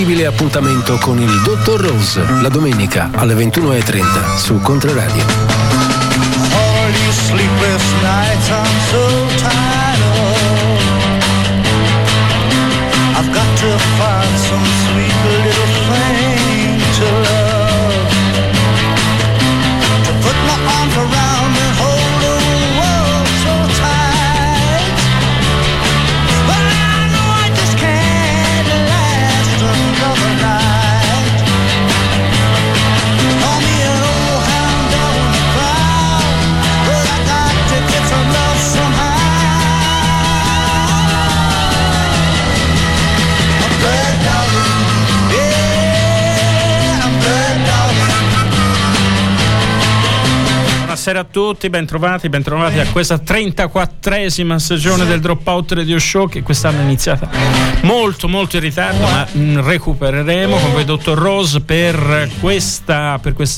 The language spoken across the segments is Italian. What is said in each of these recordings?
Appuntamento con il Dottor Rose la domenica alle 21:30 su Controradio. All you sleepless nights I'm so tired of. I've got to find some sweet little thing to love, to put my arms around and hold the world so tight. But I know I just can't last another night. Call me an old hound dog in the crowd, but I got to get some love somehow. I'm blood dogging, yeah, I'm blood dogging. Buonasera a tutti, bentrovati a questa 34esima stagione del Dropout Radio Show, che quest'anno è iniziata molto in ritardo, ma recupereremo con voi Dottor Rose per questa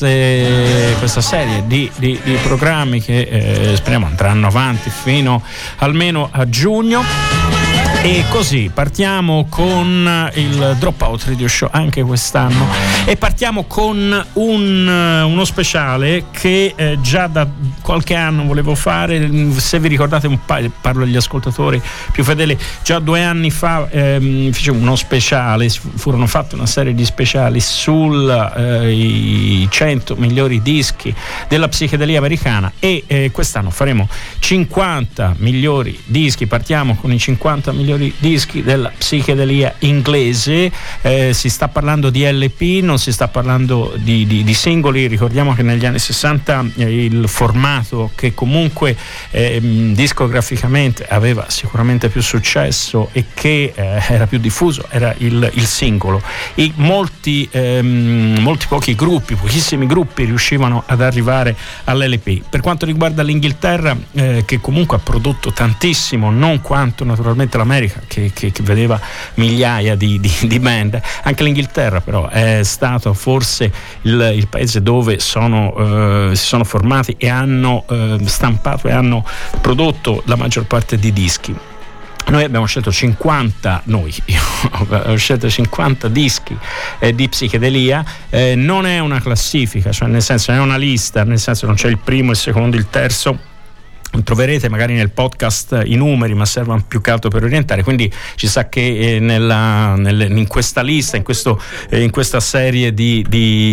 serie di programmi che speriamo andranno avanti fino almeno a giugno. E così partiamo con il Dropout Radio Show anche quest'anno, e partiamo con uno speciale che già da qualche anno volevo fare. Se vi ricordate un paio, parlo agli ascoltatori più fedeli, già 2 anni fa fece uno speciale, furono fatte una serie di speciali sui 100 migliori dischi della psichedelia americana, e quest'anno faremo 50 migliori dischi. Partiamo con i 50 migliori dischi della psichedelia inglese. Si sta parlando di LP, non si sta parlando di singoli. Ricordiamo che negli anni 60 il formato che comunque discograficamente aveva sicuramente più successo e che era più diffuso era il singolo. Pochissimi gruppi riuscivano ad arrivare all'LP. Per quanto riguarda l'Inghilterra, che comunque ha prodotto tantissimo, non quanto naturalmente l'America, che vedeva migliaia di band, anche l'Inghilterra però è stato forse il paese dove si sono formati e hanno stampato e hanno prodotto la maggior parte di dischi. Noi abbiamo scelto 50 dischi di psichedelia. Non è una classifica, cioè nel senso è una lista, nel senso non c'è il primo, il secondo, il terzo. Troverete magari nel podcast i numeri, ma servono più che altro per orientare, quindi ci sa che in questa lista, in questa serie di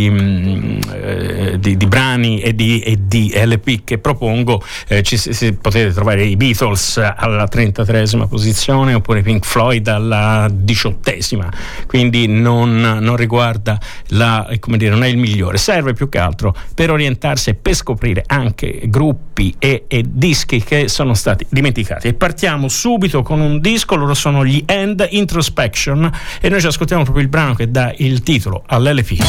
brani e di LP che propongo, potete trovare i Beatles alla 33esima posizione, oppure i Pink Floyd alla 18esima, quindi non riguarda non è il migliore, serve più che altro per orientarsi e per scoprire anche gruppi e dischi che sono stati dimenticati. E partiamo subito con un disco, loro sono gli End Introspection, e noi ci ascoltiamo proprio il brano che dà il titolo all'LP.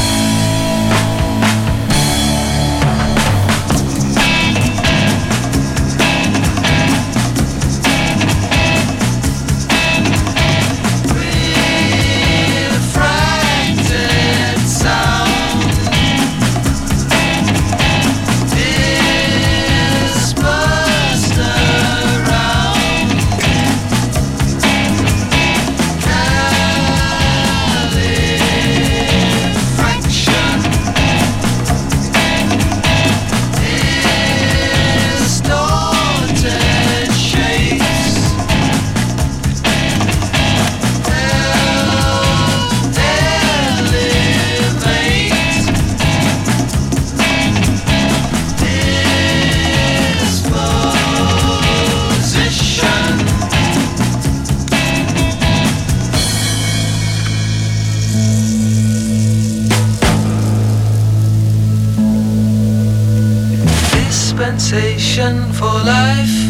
Dispensation for life,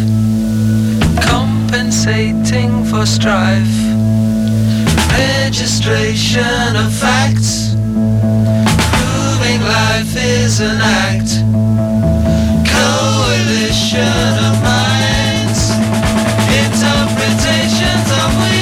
compensating for strife, registration of facts, proving life is an act, coalition of minds, interpretations of we.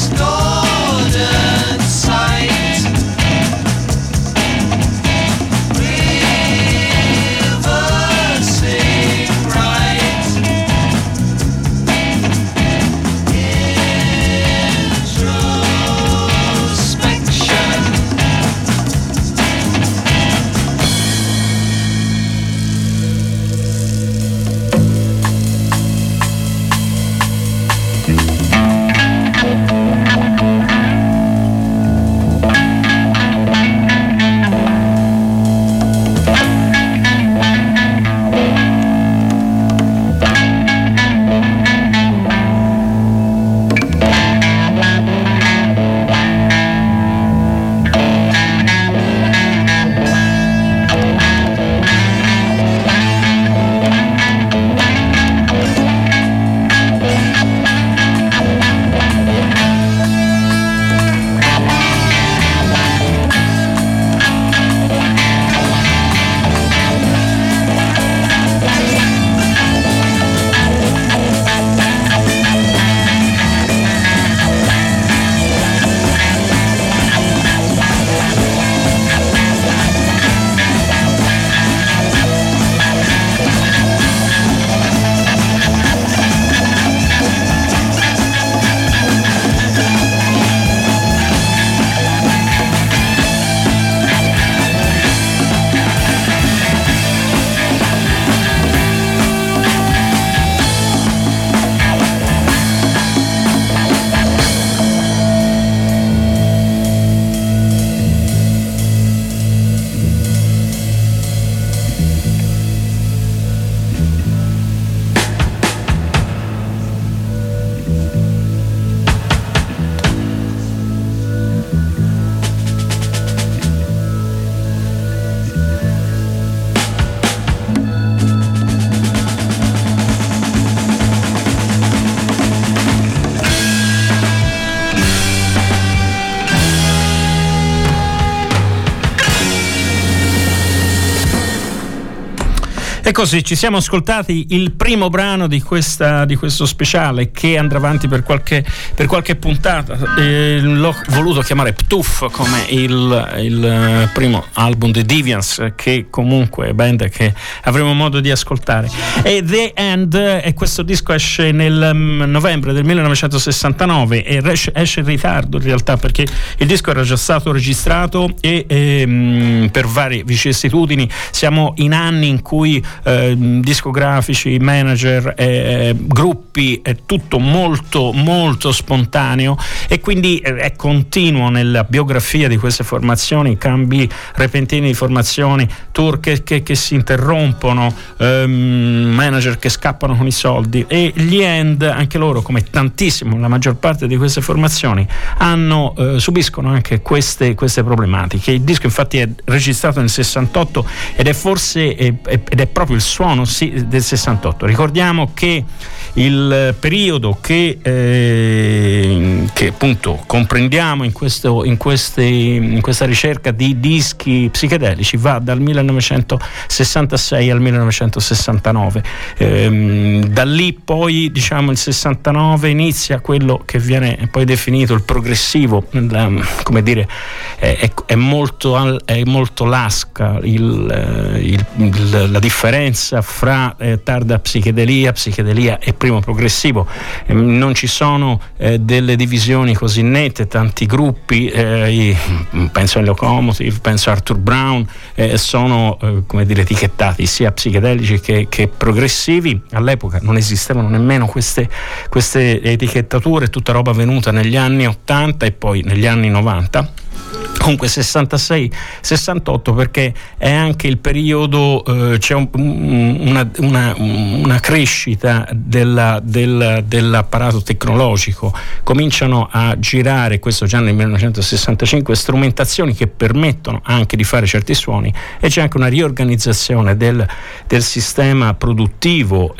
Discordant sight, E così ci siamo ascoltati il primo brano di questo speciale, che andrà avanti per qualche puntata. L'ho voluto chiamare Ptuf, come il primo album di Deviants, che comunque è band che avremo modo di ascoltare. E The End, e questo disco esce nel novembre del 1969 e esce in ritardo in realtà, perché il disco era già stato registrato e per varie vicissitudini siamo in anni in cui discografici, manager, gruppi, è tutto molto molto spontaneo, e quindi è continuo nella biografia di queste formazioni, cambi repentini di formazioni, tour che si interrompono, manager che scappano con i soldi. E gli End, anche loro, come tantissimo, la maggior parte di queste formazioni, subiscono anche queste problematiche. Il disco infatti è registrato nel 68 ed è proprio il suono del 68. Ricordiamo che il periodo che appunto comprendiamo in questa ricerca di dischi psichedelici va dal 1966 al 1969. Da lì poi, diciamo, il 69 inizia quello che viene poi definito il progressivo, come dire, è molto lasca la differenza fra tarda psichedelia e primo progressivo. Non ci sono delle divisioni così nette, tanti gruppi, penso ai Locomotive, penso a Arthur Brown, sono come dire etichettati sia psichedelici che progressivi. All'epoca non esistevano nemmeno queste etichettature, tutta roba venuta negli anni 80 e poi negli anni 90. Comunque 66-68, perché è anche il periodo, c'è una crescita dell'apparato tecnologico, cominciano a girare, questo già nel 1965, strumentazioni che permettono anche di fare certi suoni, e c'è anche una riorganizzazione del sistema produttivo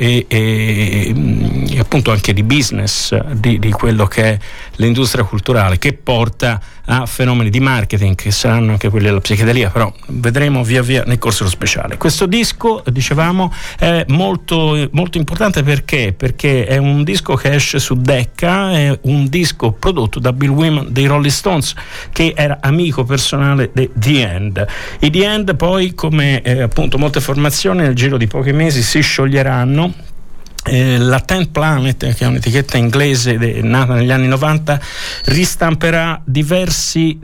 e appunto anche di business di quello che è l'industria culturale, che porta a fenomeni di marketing che saranno anche quelli della psichedelia, però vedremo via via nel corso dello speciale. Questo disco, dicevamo, è molto, molto importante perché è un disco che esce su Decca, è un disco prodotto da Bill Wyman dei Rolling Stones, che era amico personale di The End. I The End poi, come appunto molte formazioni, nel giro di pochi mesi si scioglieranno. La Tenth Planet, che è un'etichetta inglese nata negli anni 90, ristamperà diversi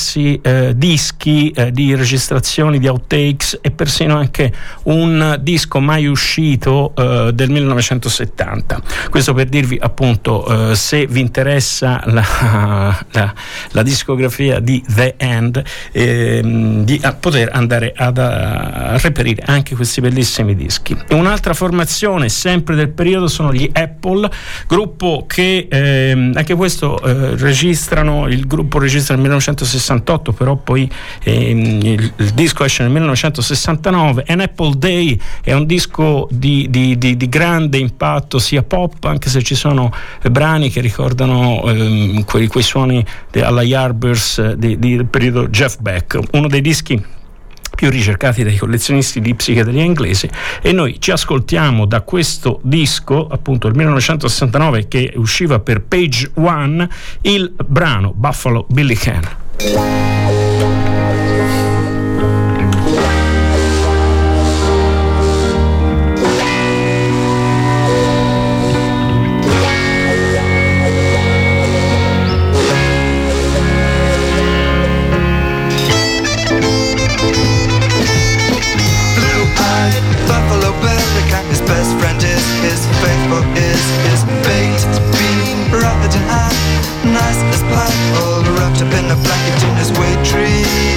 dischi di registrazioni, di outtakes, e persino anche un disco mai uscito del 1970. Questo per dirvi appunto, se vi interessa la discografia di The End, di poter andare a reperire anche questi bellissimi dischi. Un'altra formazione sempre del periodo sono gli Apple, gruppo che anche questo il gruppo registra nel 1968, però poi il disco esce nel 1969. An Apple Day è un disco di grande impatto, sia pop, anche se ci sono brani che ricordano quei suoni alla Yardbirds del periodo Jeff Beck, uno dei dischi più ricercati dai collezionisti di psichedelia inglesi. E noi ci ascoltiamo da questo disco, appunto del 1969, che usciva per Page One, il brano Buffalo Billy Can. Nice as pie, all wrapped up in a blanket in his weight tree.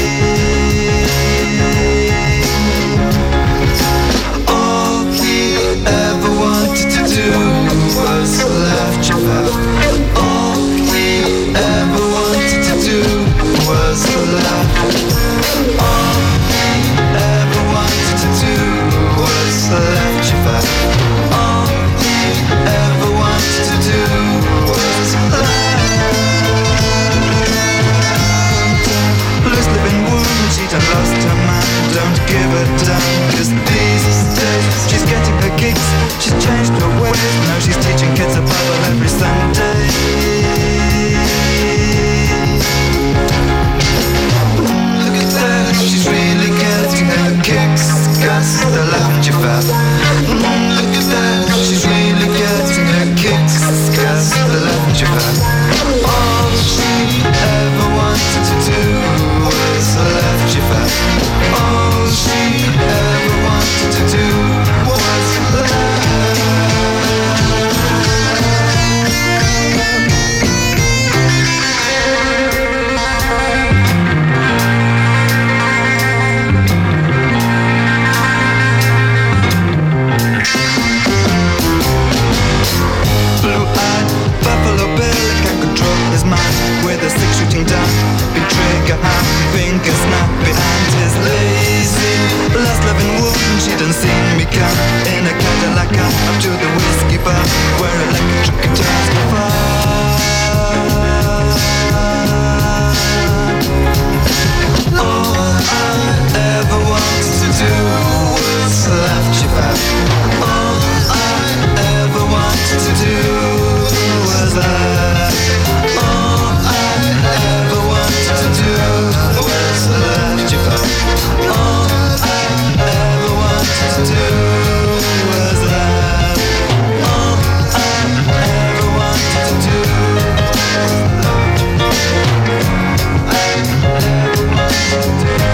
do was left you back. All I ever wanted to do was that. All I ever wanted to do was left you back. All I ever wanted to do was that. All I ever wanted to do was left you back. I ever wanted to do.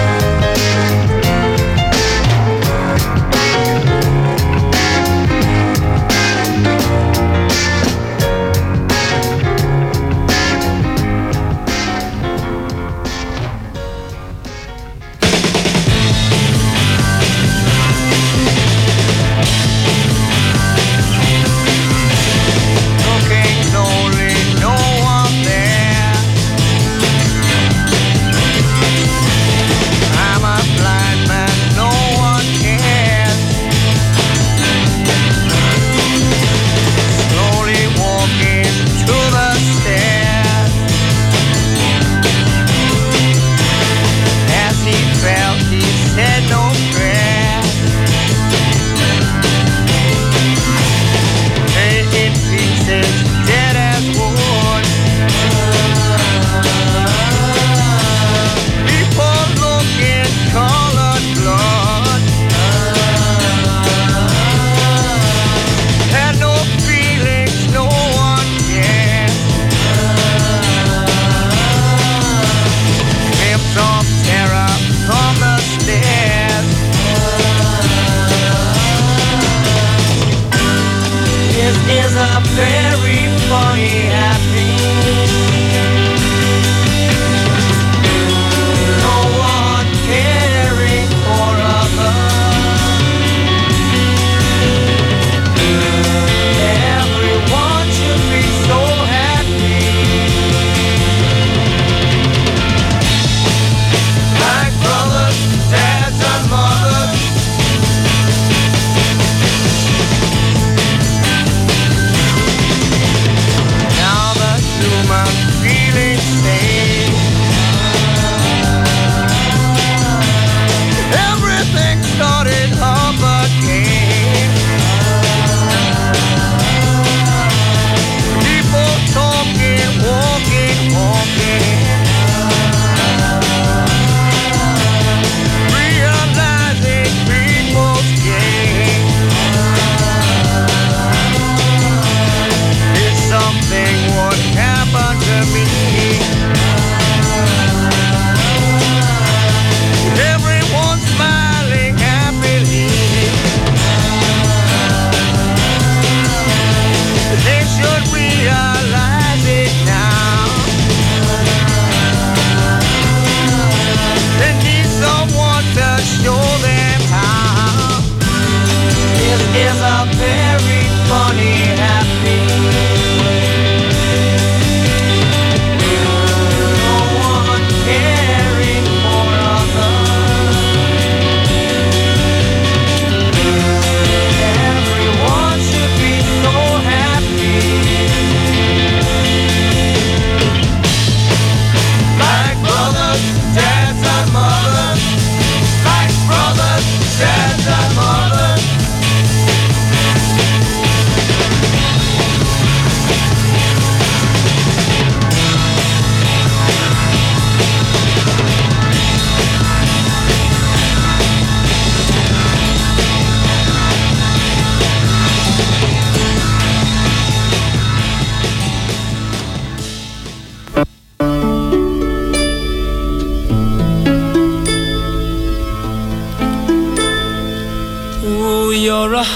You're a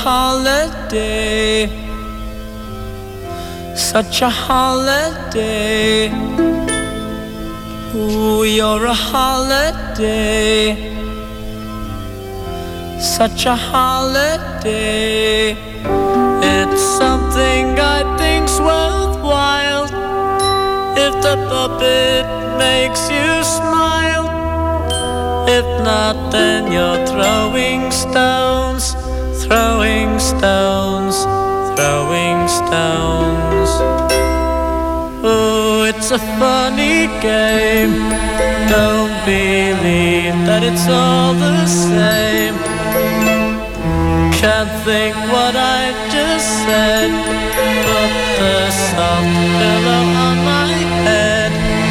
holiday, such a holiday. Ooh, you're a holiday, such a holiday. It's something I think's worthwhile if the puppet makes you smile. If not, then you're throwing stones, throwing stones, throwing stones. Oh, it's a funny game. Don't believe that it's all the same. can't think what I just said. Put the soft pillow on my head.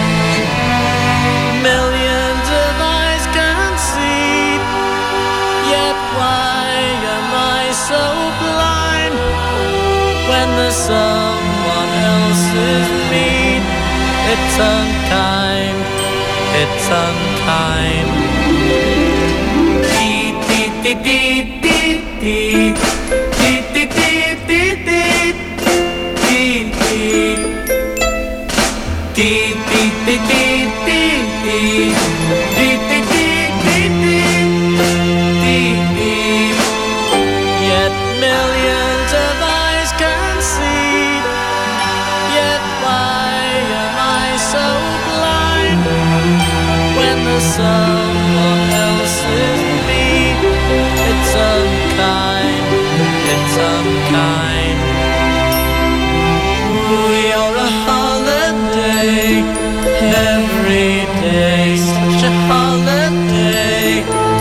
Millions of eyes can see, yet why am I so blind? When there's someone else's me, it's unkind, it's unkind. Dee dee dee dee dee dee dee dee dee dee dee dee dee dee dee dee. Yet millions of eyes can see, yet why am I so blind? When there's someone else's me, it's unkind, it's unkind. You're a holiday, every day such a holiday.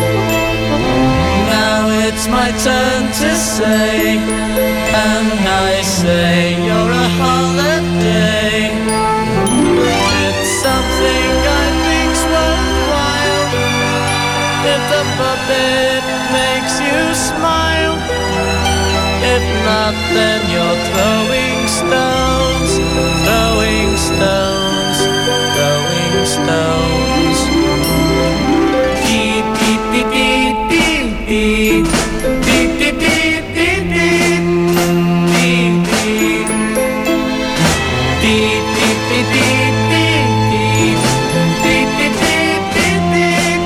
Now it's my turn to say, and I say you're a holiday. It's something I think's worthwhile, if the puppet makes you smile. If not, then you're throwing stones, throwing stones, throwing stones. Dee dee dee dee dee dee dee dee dee dee dee dee dee dee dee dee dee.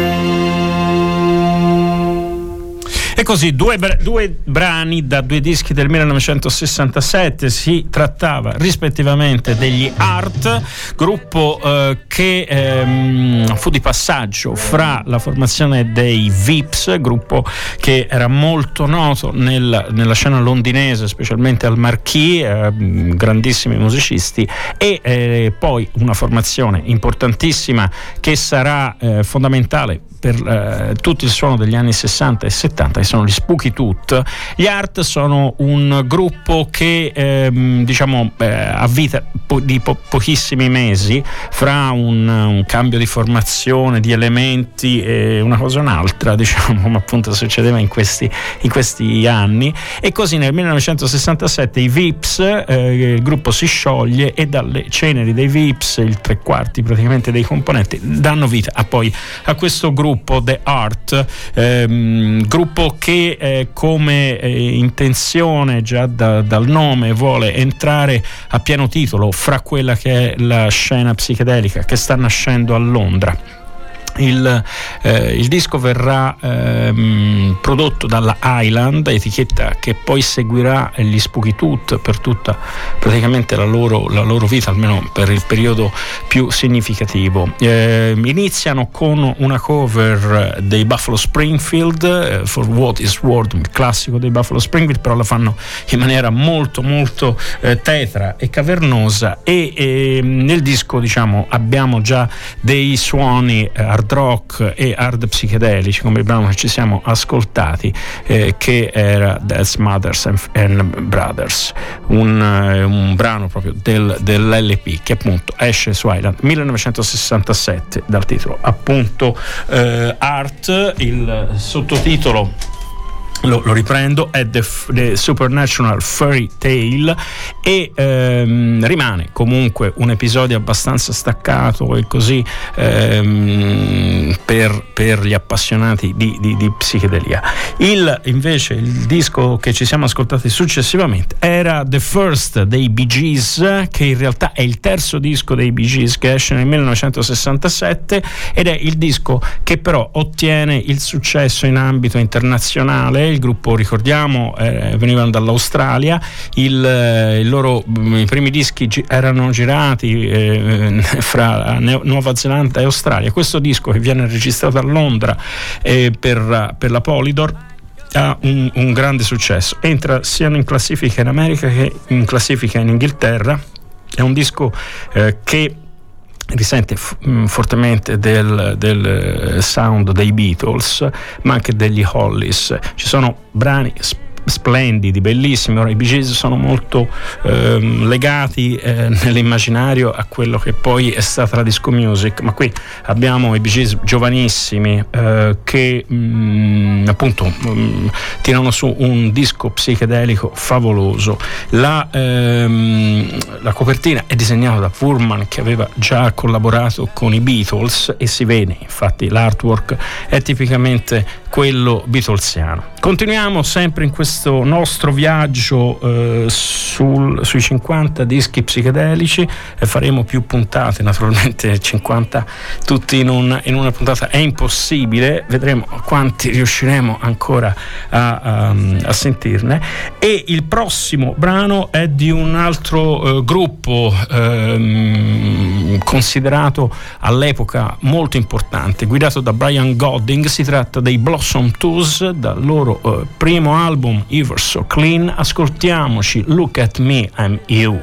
E così due brani da due dischi del 1967. Si trattava rispettivamente degli Heart, gruppo che fu di passaggio fra la formazione dei Vips, gruppo che era molto noto nella scena londinese, specialmente al Marquis, grandissimi musicisti, e poi una formazione importantissima che sarà fondamentale per tutto il suono degli anni 60 e 70, che sono gli Spooky Tooth. Gli Heart sono un gruppo che ha vita di pochissimi mesi, fra un cambio di formazione, di elementi e una cosa o un'altra, come appunto succedeva in questi anni. E così nel 1967 i Vips, il gruppo si scioglie, e dalle ceneri dei Vips, il 3/4 praticamente dei componenti, danno vita a questo gruppo, The Heart, gruppo che come intenzione già dal nome vuole entrare a pieno titolo fra quella che è la scena psichedelica che sta nascendo a Londra. Il disco verrà prodotto dalla Island, etichetta che poi seguirà gli Spooky Tooth per tutta praticamente la loro vita, almeno per il periodo più significativo. Iniziano con una cover dei Buffalo Springfield, For What Is Worth, il classico dei Buffalo Springfield, però la fanno in maniera molto molto tetra e cavernosa, e nel disco abbiamo già dei suoni hard rock e hard psichedelici, come il brano che ci siamo ascoltati, che era Death Mothers and Brothers, un brano proprio dell'LP che appunto esce su Island 1967 dal titolo appunto Art. Il sottotitolo lo riprendo, è The Supernatural Fairy Tale, e rimane comunque un episodio abbastanza staccato e così per gli appassionati di psichedelia. Invece il disco che ci siamo ascoltati successivamente era The First dei Bee Gees, che in realtà è il terzo disco dei Bee Gees, che esce nel 1967, ed è il disco che però ottiene il successo in ambito internazionale. Il gruppo, ricordiamo, venivano dall'Australia, i primi dischi erano girati fra Nuova Zelanda e Australia. Questo disco, che viene registrato a Londra per la Polydor, ha un grande successo, entra sia in classifica in America che in classifica in Inghilterra. È un disco che risente fortemente del sound dei Beatles, ma anche degli Hollies. Ci sono brani splendidi, bellissimi. Ora i Bee Gees sono molto legati nell'immaginario a quello che poi è stata la disco music, ma qui abbiamo i Bee Gees giovanissimi che appunto tirano su un disco psichedelico favoloso. La copertina è disegnata da Furman, che aveva già collaborato con i Beatles, e si vede infatti l'artwork è tipicamente quello beatlesiano. Continuiamo sempre in questo nostro viaggio sui 50 dischi psichedelici, e faremo più puntate, naturalmente 50 tutti in una puntata è impossibile, vedremo quanti riusciremo ancora a sentirne. E il prossimo brano è di un altro gruppo considerato all'epoca molto importante, guidato da Brian Godding. Si tratta dei Blossom Twos, dal loro primo album Ever So Clean. Ascoltiamoci Look at Me, I'm You.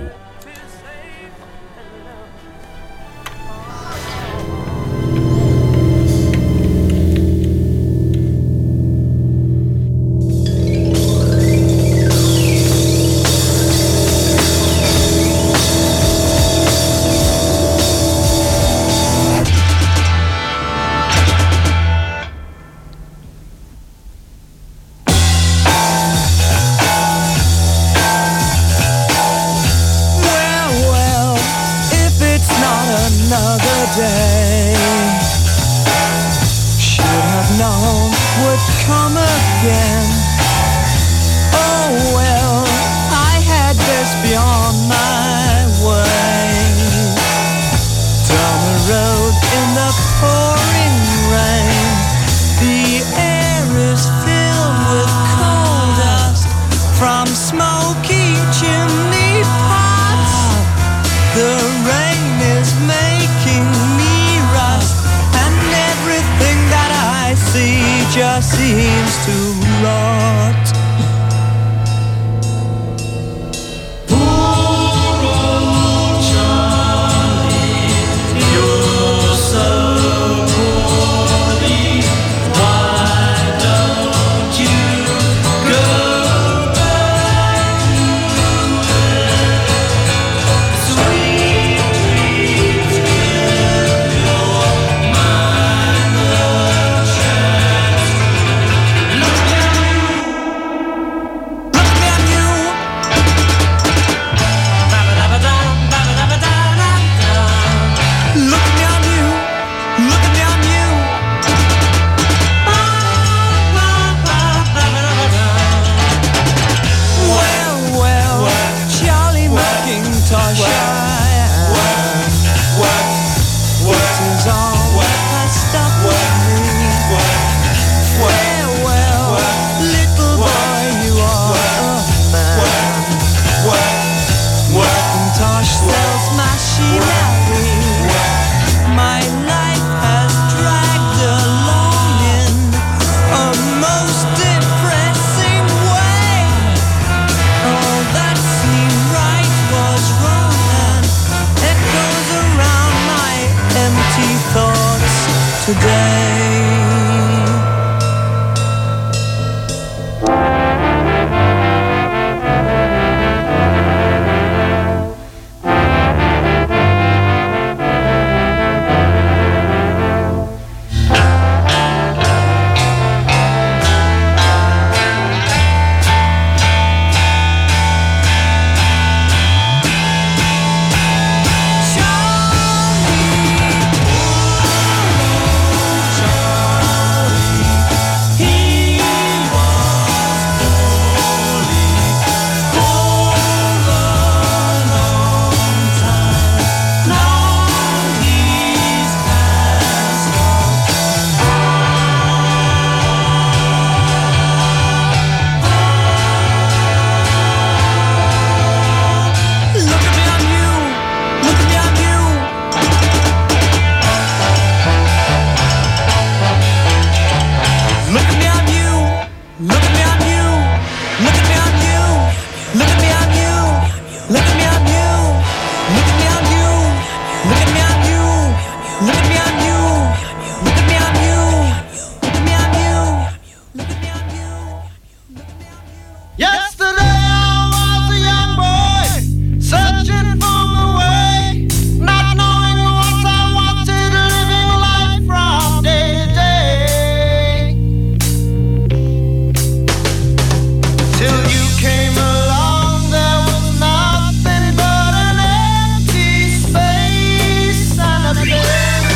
till you came along. There was nothing but an empty space and a bed.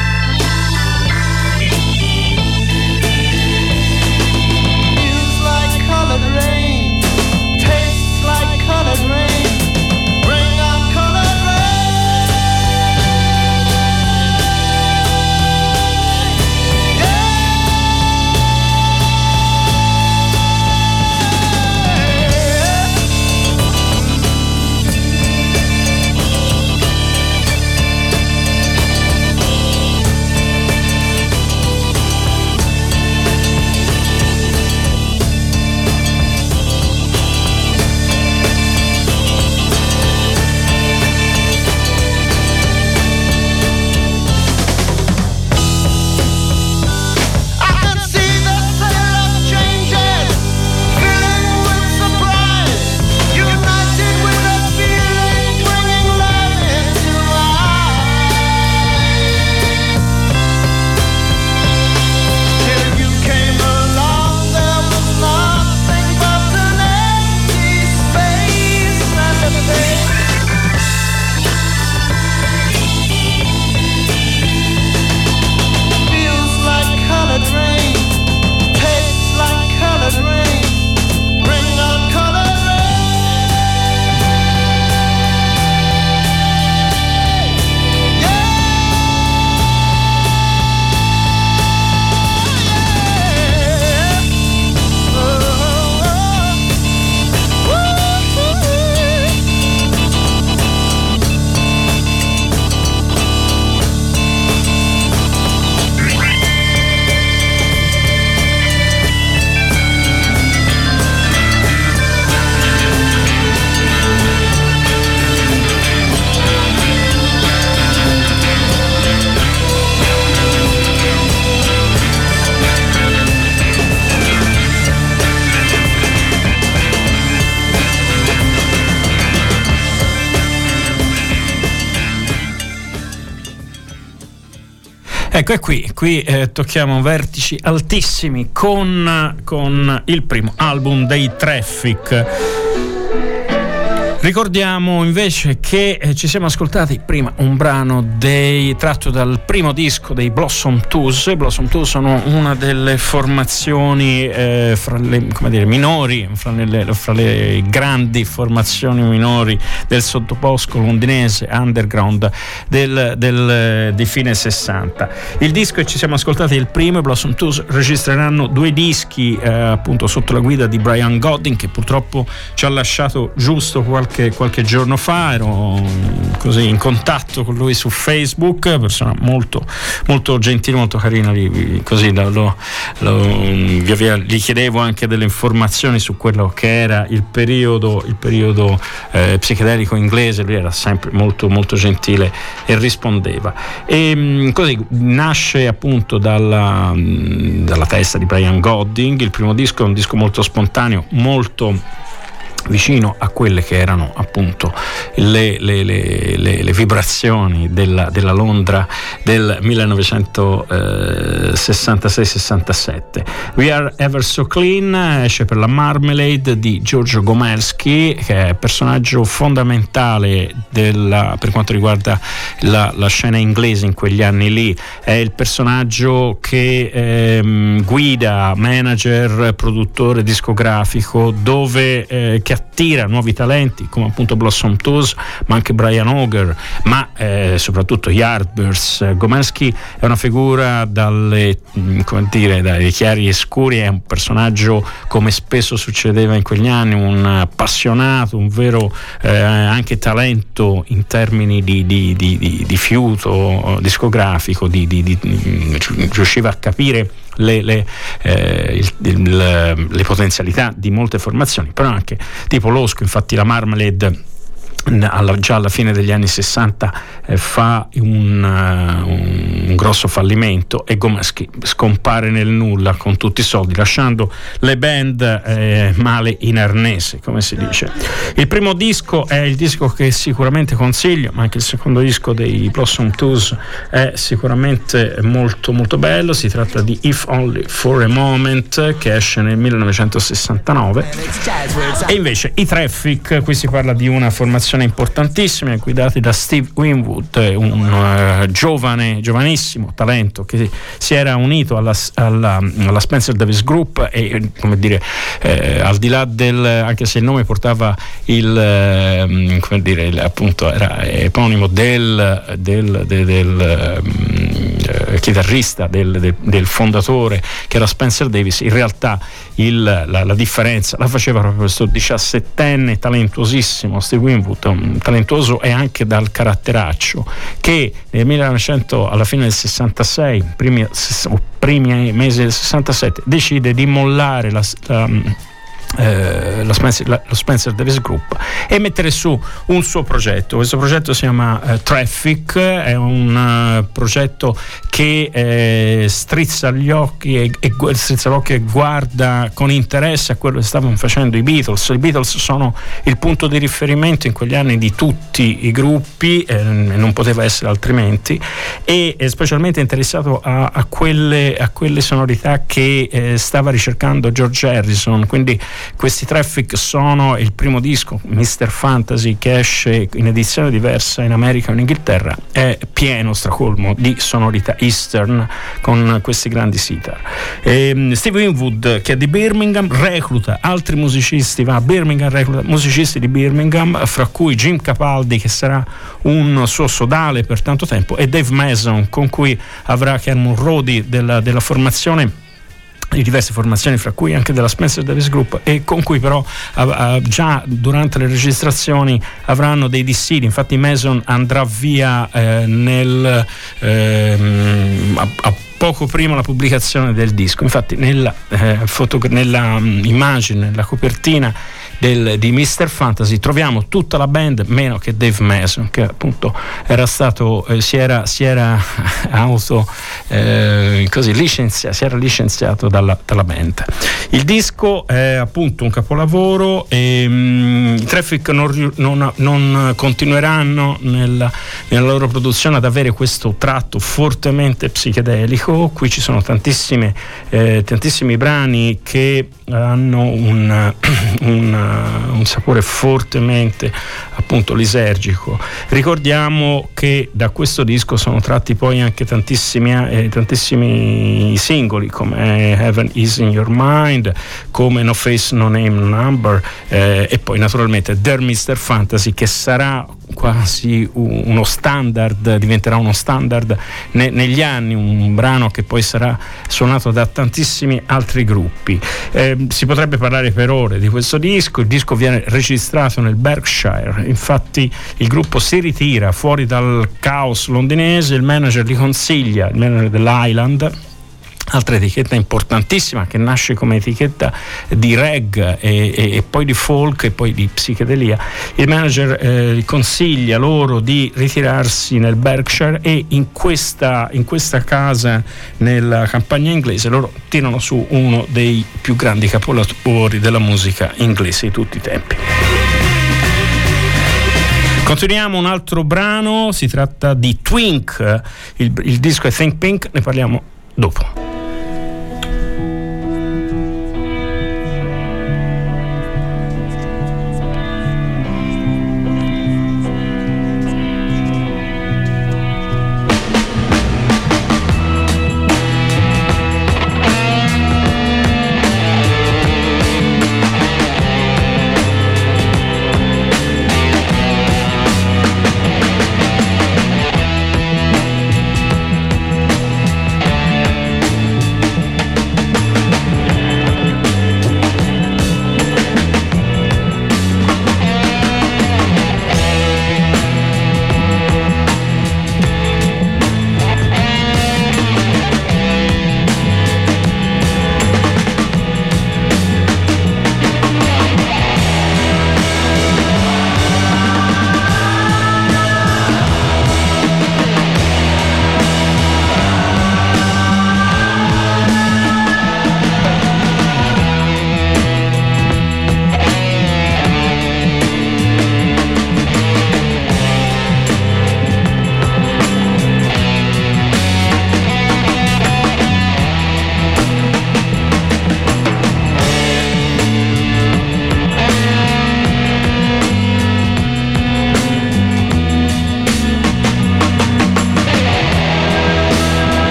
Feels like colored rain, tastes like colored rain. Bring on colored rain. Yeah. I can see the sail of changes, filling with surprise, united with a feeling, bringing love into life. Till you came along, there was nothing but an empty space and a bed. Feels like colored rain, tastes like colored rain. Bring on colored rain. Yeah. Oh, oh, oh. Ecco, è qui tocchiamo vertici altissimi con il primo album dei Traffic. Ricordiamo invece che ci siamo ascoltati prima un brano tratto dal primo disco dei Blossom Twos. I Blossom Twos sono una delle formazioni fra le minori, fra le grandi formazioni minori del sottobosco londinese underground di fine 60. Il disco che ci siamo ascoltati è il primo. I Blossom Twos registreranno 2 dischi appunto sotto la guida di Brian Godding, che purtroppo ci ha lasciato giusto qualche giorno fa. Ero così in contatto con lui su Facebook, persona molto molto gentile, molto carina, così via via gli chiedevo anche delle informazioni su quello che era il periodo psichedelico inglese. Lui era sempre molto molto gentile e rispondeva, e così nasce appunto dalla testa di Brian Godding. Il primo disco è un disco molto spontaneo, molto vicino a quelle che erano appunto le vibrazioni della Londra del 1966-67. We Are Ever So Clean esce per la Marmalade di Giorgio Gomelsky, che è personaggio fondamentale per quanto riguarda la scena inglese in quegli anni lì. È il personaggio che guida, manager, produttore discografico, che attira nuovi talenti come appunto Blossom Twos, ma anche Brian Auger, ma soprattutto Yardbirds. Gomelsky è una figura dai chiari e scuri, è un personaggio, come spesso succedeva in quegli anni, un appassionato, un vero anche talento in termini di fiuto discografico, riusciva a capire le potenzialità di molte formazioni, però anche tipo losco. Infatti la Marmalade già alla fine degli anni 60 fa un grosso fallimento e Gomeschi scompare nel nulla con tutti i soldi, lasciando le band male in arnese, come si dice. Il primo disco è il disco che sicuramente consiglio, ma anche il secondo disco dei Blossom Twos è sicuramente molto molto bello. Si tratta di If Only for a Moment, che esce nel 1969, e invece i Traffic, qui si parla di una formazione importantissima guidati da Steve Winwood, un giovanissimo talento che si era unito alla Spencer Davis Group e, come dire, al di là anche se il nome portava appunto era eponimo del chitarrista, del fondatore, che era Spencer Davis, in realtà la differenza la faceva proprio questo 17enne talentuosissimo Steve Winwood, talentuoso e anche dal caratteraccio, che nel 1900, alla fine del 66, primi mesi del 67, decide di mollare lo Spencer Davis Group e mettere su un suo progetto. Questo progetto si chiama Traffic, è un progetto che strizza gli occhi e guarda con interesse a quello che stavano facendo i Beatles. I Beatles sono il punto di riferimento in quegli anni di tutti i gruppi, non poteva essere altrimenti, e è specialmente interessato a quelle sonorità che stava ricercando George Harrison. Quindi questi Traffic sono il primo disco, Mr. Fantasy, che esce in edizione diversa in America e in Inghilterra, è pieno, stracolmo di sonorità eastern con questi grandi sitar. Steve Winwood, che è di Birmingham, recluta altri musicisti, va a Birmingham, recluta musicisti di Birmingham, fra cui Jim Capaldi, che sarà un suo sodale per tanto tempo, e Dave Mason, con cui avrà, che è un roadie della formazione, di diverse formazioni, fra cui anche della Spencer Davis Group, e con cui però già durante le registrazioni avranno dei dissidi. Infatti Mason andrà via poco prima la pubblicazione del disco. Infatti nella immagine, nella copertina di Mr. Fantasy troviamo tutta la band meno che Dave Mason, che appunto era stato si era licenziato dalla band. Il disco è appunto un capolavoro e i Traffic non continueranno nella loro produzione ad avere questo tratto fortemente psichedelico. Qui ci sono tantissimi brani che hanno un sapore fortemente appunto lisergico. Ricordiamo che da questo disco sono tratti poi anche tantissimi singoli, come Heaven Is In Your Mind, come No Face No Name No Number, e poi naturalmente Dear Mr. Fantasy, che sarà quasi uno standard, diventerà uno standard negli anni, un brano che poi sarà suonato da tantissimi altri gruppi. Si potrebbe parlare per ore di questo disco. Il disco viene registrato nel Berkshire, infatti il gruppo si ritira fuori dal caos londinese, il manager il manager dell'Highland, altra etichetta importantissima che nasce come etichetta di reggae e poi di folk e poi di psichedelia. Il manager consiglia loro di ritirarsi nel Berkshire, e in questa casa nella campagna inglese loro tirano su uno dei più grandi capolavori della musica inglese di tutti i tempi. Continuiamo, un altro brano, si tratta di Twink, il disco è Think Pink, ne parliamo dopo.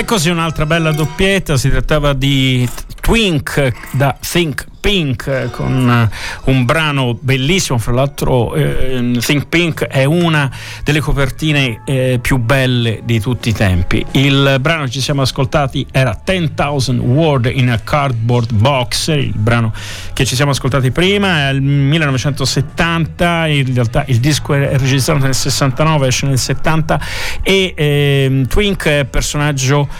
così un'altra bella doppietta, si trattava di Twink da Think Pink, con un brano bellissimo. Fra l'altro Think Pink è una delle copertine più belle di tutti i tempi. Il brano che ci siamo ascoltati era 10,000 Word in a Cardboard Box, il brano che ci siamo ascoltati prima è il 1970, in realtà il disco è registrato nel 69, esce nel 70, e Twink è personaggio,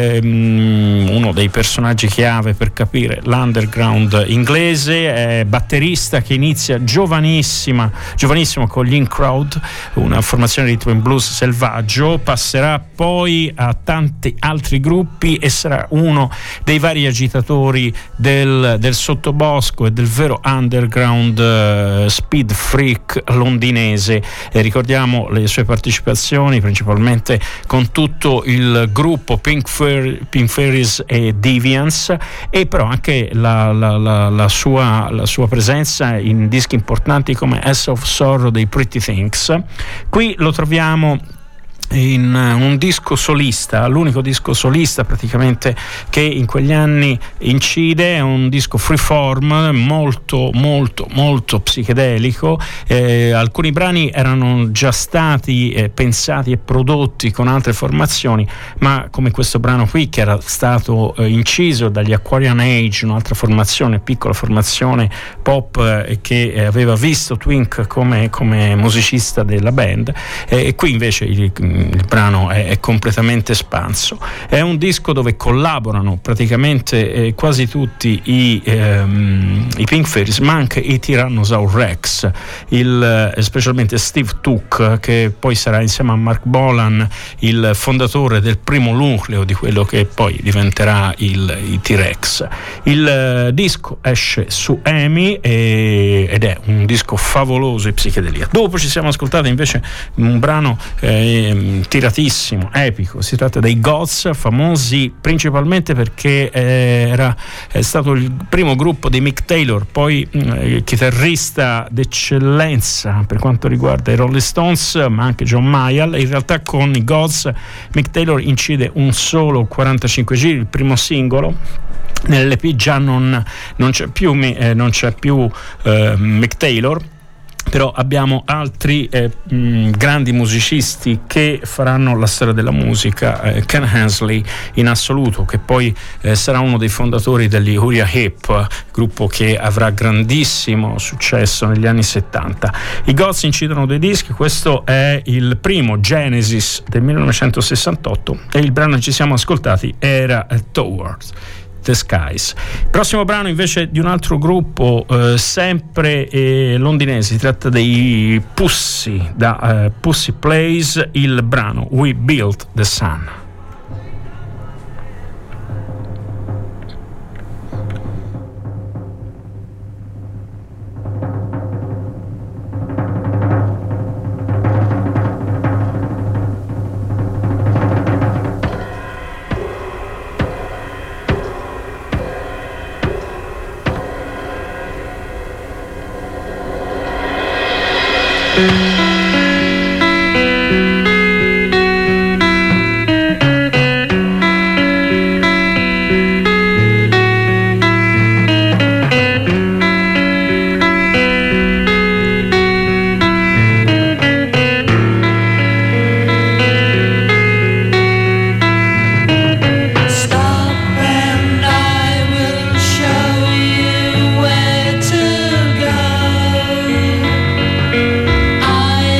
uno dei personaggi chiave per capire l'underground inglese, è batterista che inizia giovanissimo con gli In Crowd, una formazione di rhythm and blues selvaggio, passerà poi a tanti altri gruppi e sarà uno dei vari agitatori del sottobosco e del vero underground speed freak londinese. Ricordiamo le sue partecipazioni principalmente con tutto il gruppo Pink Fairies e Deviants, e però anche la sua presenza in dischi importanti come As of Sorrow dei Pretty Things. Qui lo troviamo in un disco solista, l'unico disco solista praticamente che in quegli anni incide, è un disco freeform molto molto molto psichedelico. Alcuni brani erano già stati pensati e prodotti con altre formazioni, ma come questo brano qui, che era stato inciso dagli Aquarian Age, un'altra formazione, piccola formazione pop che aveva visto Twink come musicista della band, e qui invece il brano è completamente espanso. È un disco dove collaborano praticamente quasi tutti i Pink Fairies, ma anche i Tyrannosaurus Rex, specialmente Steve Tuck, che poi sarà insieme a Mark Bolan il fondatore del primo nucleo di quello che poi diventerà i T-Rex. Il disco esce su EMI ed è un disco favoloso e psichedelia. Dopo ci siamo ascoltati invece un brano tiratissimo, epico. Si tratta dei Gods, famosi principalmente perché è stato il primo gruppo di Mick Taylor, poi chitarrista d'eccellenza per quanto riguarda i Rolling Stones, ma anche John Mayall. In realtà con i Gods Mick Taylor incide un solo 45 giri, il primo singolo. Nell'LP già non c'è più Mick Taylor, però abbiamo altri grandi musicisti che faranno la storia della musica. Ken Hensley in assoluto, che poi sarà uno dei fondatori degli Uriah Heep, gruppo che avrà grandissimo successo negli anni 70. I Gods incidono dei dischi, questo è il primo, Genesis del 1968, e il brano che ci siamo ascoltati era Towards the Skies. Prossimo brano invece di un altro gruppo sempre londinese, si tratta dei Pussy, da Pussy Plays, il brano We Built the Sun. I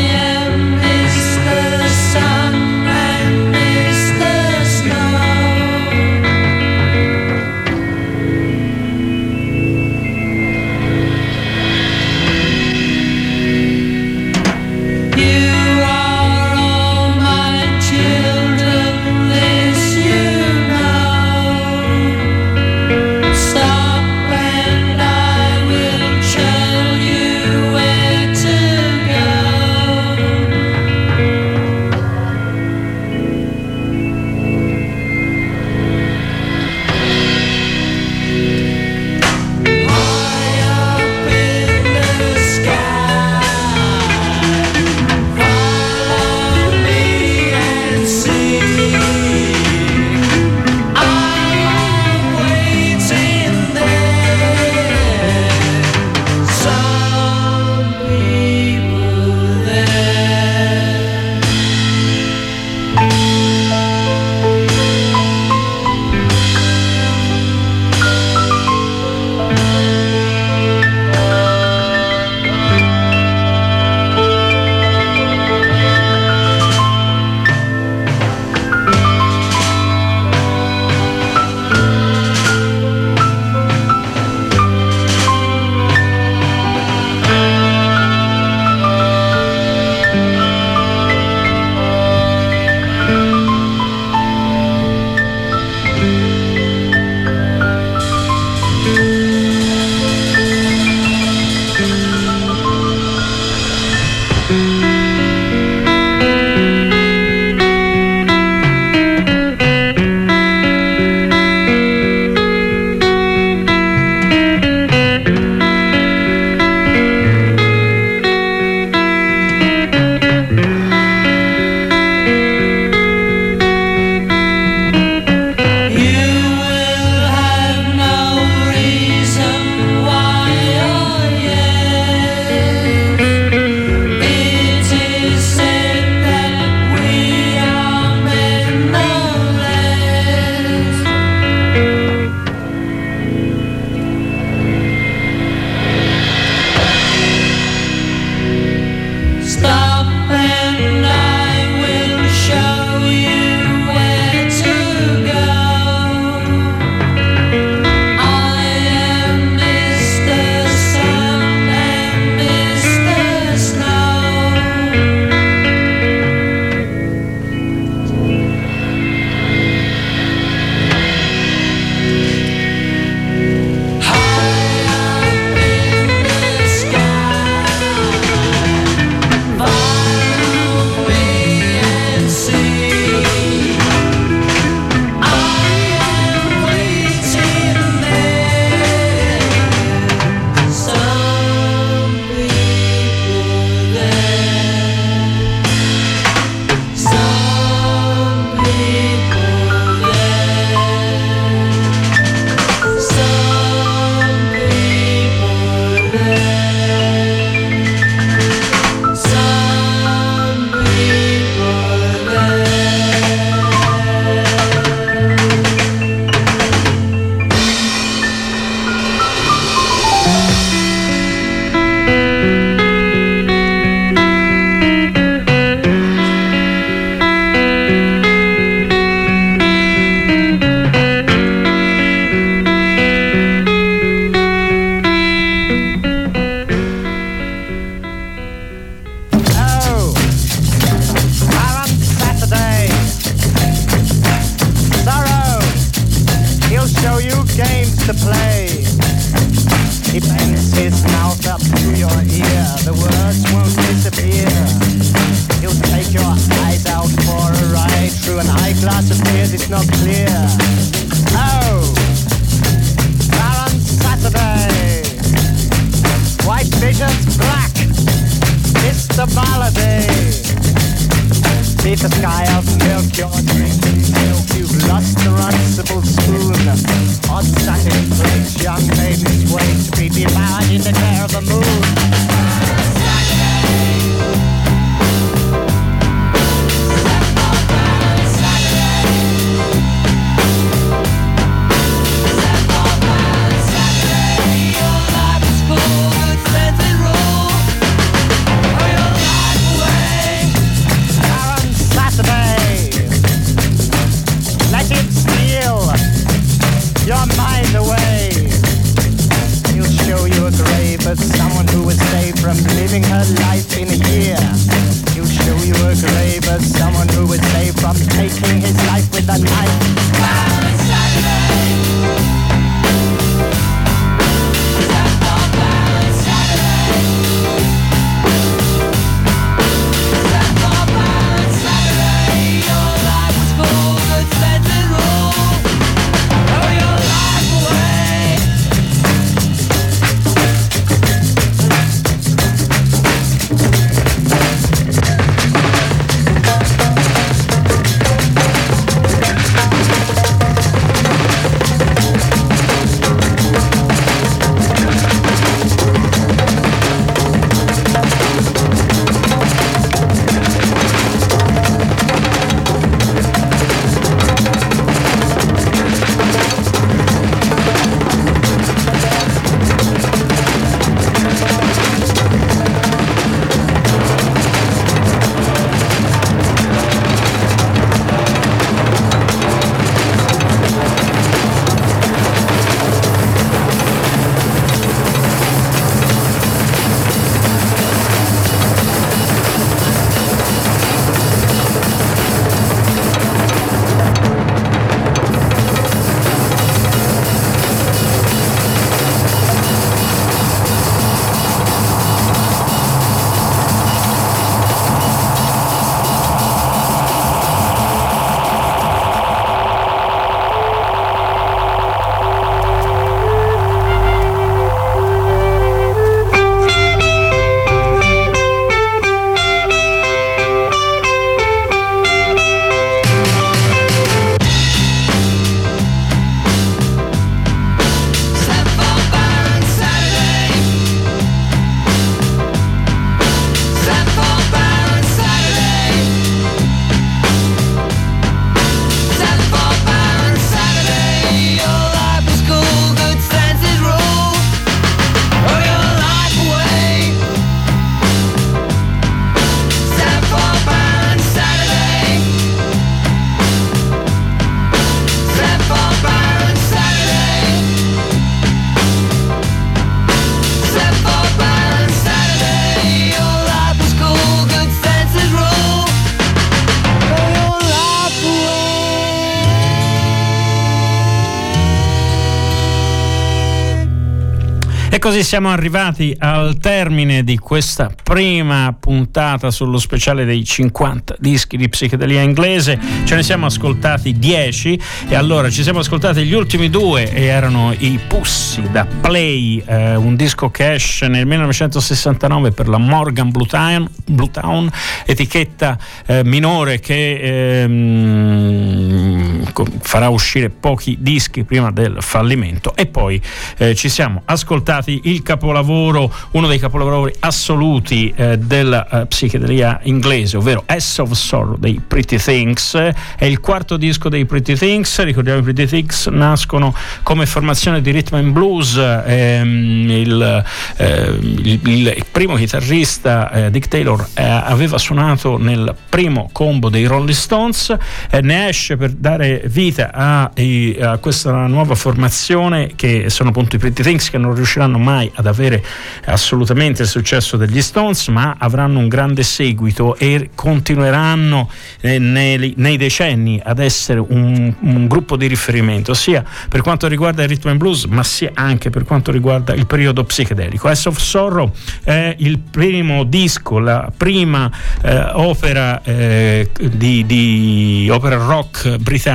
beneath a sky of milk, you're drinking milk. You've lost the runcible spoon. On satin plates, young maidens wait to be devoured in the glare of the moon. Your mind away. He'll show you a grave as someone who was saved from living her life in a year. He'll show you a grave as someone who was saved from taking his life with a knife. E così siamo arrivati al termine di questa prima puntata sullo speciale dei 50 dischi di psichedelia inglese. Ce ne siamo ascoltati 10 e allora ci siamo ascoltati gli ultimi due e erano i Pussy da Play, un disco che esce nel 1969 per la Morgan Bluetown, etichetta minore che farà uscire pochi dischi prima del fallimento. E poi ci siamo ascoltati il capolavoro, uno dei capolavori assoluti della psichedelia inglese, ovvero S of Sorrow dei Pretty Things. È il quarto disco dei Pretty Things. Ricordiamo, i Pretty Things nascono come formazione di rhythm and blues. Il primo chitarrista Dick Taylor aveva suonato nel primo combo dei Rolling Stones, ne esce per dare vita a questa nuova formazione che sono appunto i Pretty Things, che non riusciranno mai ad avere assolutamente il successo degli Stones, ma avranno un grande seguito e continueranno nei decenni ad essere un gruppo di riferimento, sia per quanto riguarda il rhythm and blues, ma sia anche per quanto riguarda il periodo psichedelico. S of Sorrow è il primo disco, la prima opera di opera rock britannica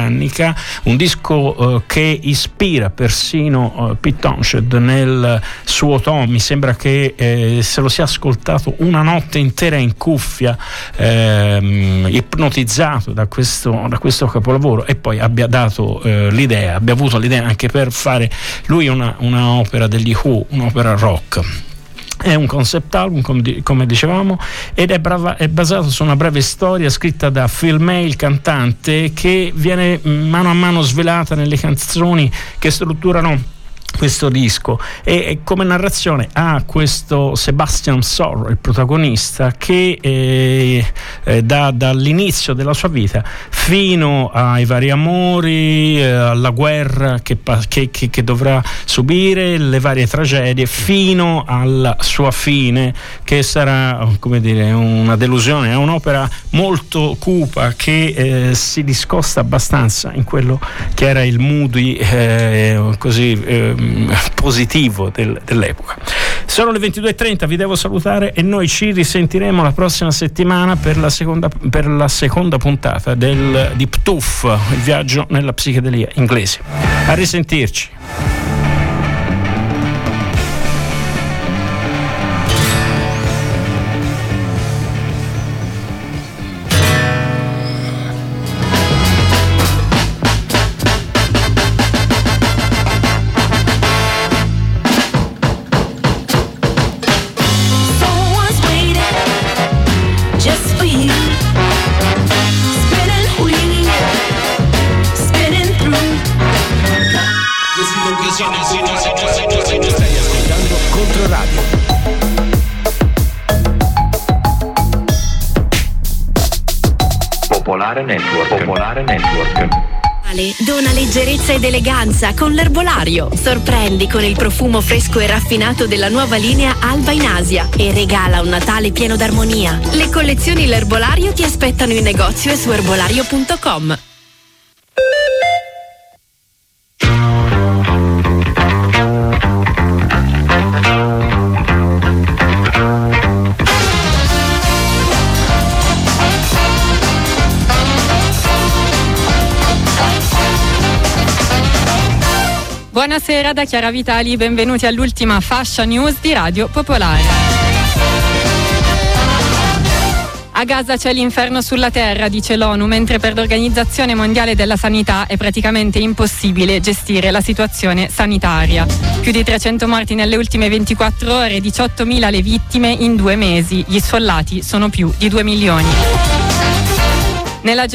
britannica, un disco che ispira persino Pete Townshend nel suo tono. Mi sembra che se lo sia ascoltato una notte intera in cuffia, ipnotizzato da questo capolavoro, e poi abbia avuto l'idea anche per fare lui una opera degli Who, un'opera rock. È un concept album, come dicevamo, ed è basato su una breve storia scritta da Phil May, il cantante, che viene mano a mano svelata nelle canzoni che strutturano questo disco. E come narrazione ha questo Sebastian Sorrow, il protagonista, che dall'inizio della sua vita fino ai vari amori, alla guerra che dovrà subire, le varie tragedie, fino alla sua fine, che sarà, come dire, una delusione. È un'opera molto cupa che si discosta abbastanza in quello che era il moody positivo dell'epoca. Sono le 22:30, vi devo salutare e noi ci risentiremo la prossima settimana per la seconda puntata di Ptuf, il viaggio nella psichedelia inglese. A risentirci. Stai ascoltando Controradio. Popolare Network. Dona leggerezza ed eleganza con l'erbolario. Sorprendi con il profumo fresco e raffinato della nuova linea Alba in Asia e regala un Natale pieno d'armonia. Le collezioni L'Erbolario ti aspettano in negozio e su erbolario.com. Buonasera da Chiara Vitali, benvenuti all'ultima fascia news di Radio Popolare. A Gaza c'è l'inferno sulla terra, dice l'ONU, mentre per l'Organizzazione Mondiale della Sanità è praticamente impossibile gestire la situazione sanitaria. Più di 300 morti nelle ultime 24 ore, 18.000 le vittime in 2 mesi. Gli sfollati sono più di 2 milioni. Nella